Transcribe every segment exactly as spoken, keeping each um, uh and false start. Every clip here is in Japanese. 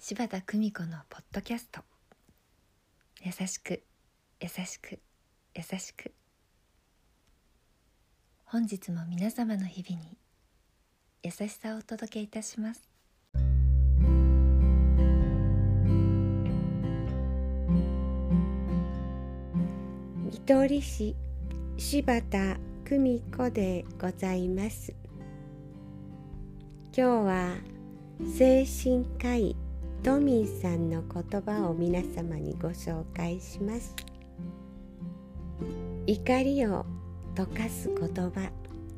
柴田久美子のポッドキャスト。優しく優しく優しく。本日も皆様の日々に優しさをお届けいたします。 見取り師柴田久美子でございます。今日は精神科医トミーさんの言葉を皆様にご紹介します。怒りを溶かす言葉。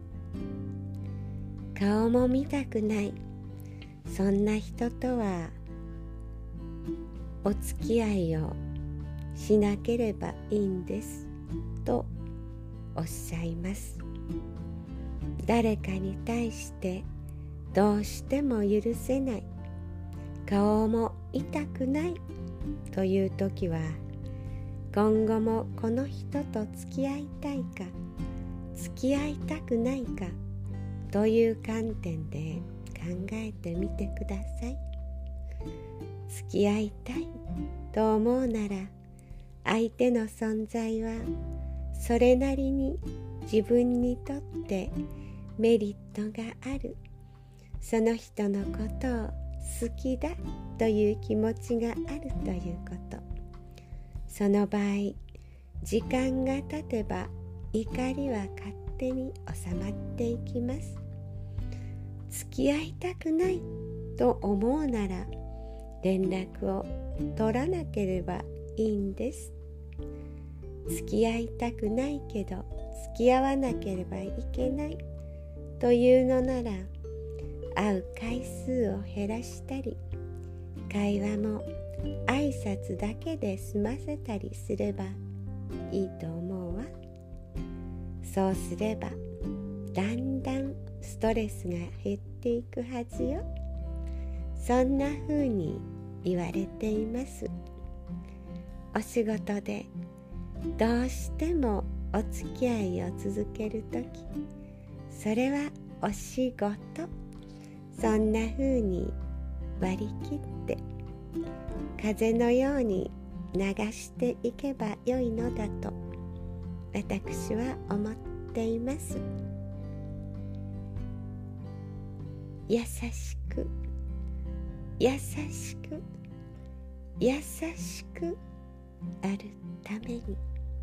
顔も見たくない、そんな人とはお付き合いをしなければいいんですとおっしゃいます。誰かに対してどうしても許せない、顔も痛くないという時は、今後もこの人と付き合いたいか付き合いたくないかという観点で考えてみてください。付き合いたいと思うなら、相手の存在はそれなりに自分にとってメリットがある、その人のことを好きだという気持ちがあるということ。その場合、時間が経てば怒りは勝手に収まっていきます。付き合いたくないと思うなら、連絡を取らなければいいんです。付き合いたくないけど付き合わなければいけないというのなら、会う回数を減らしたり、会話も挨拶だけで済ませたりすればいいと思うわ。そうすればだんだんストレスが減っていくはずよ。そんな風に言われています。お仕事でどうしてもお付き合いを続けるとき、それはお仕事、そんな風に割り切って風のように流していけばよいのだと私は思っています。優しく優しく優しくあるために、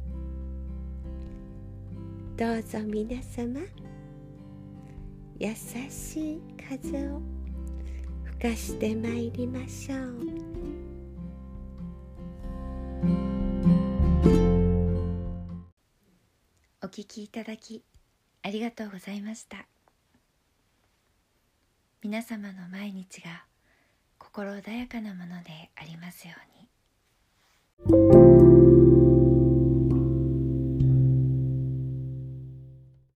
どうぞ皆様、優しい風を吹かしてまいりましょう。 お聞きいただきありがとうございました。皆様の毎日が心穏やかなものでありますように。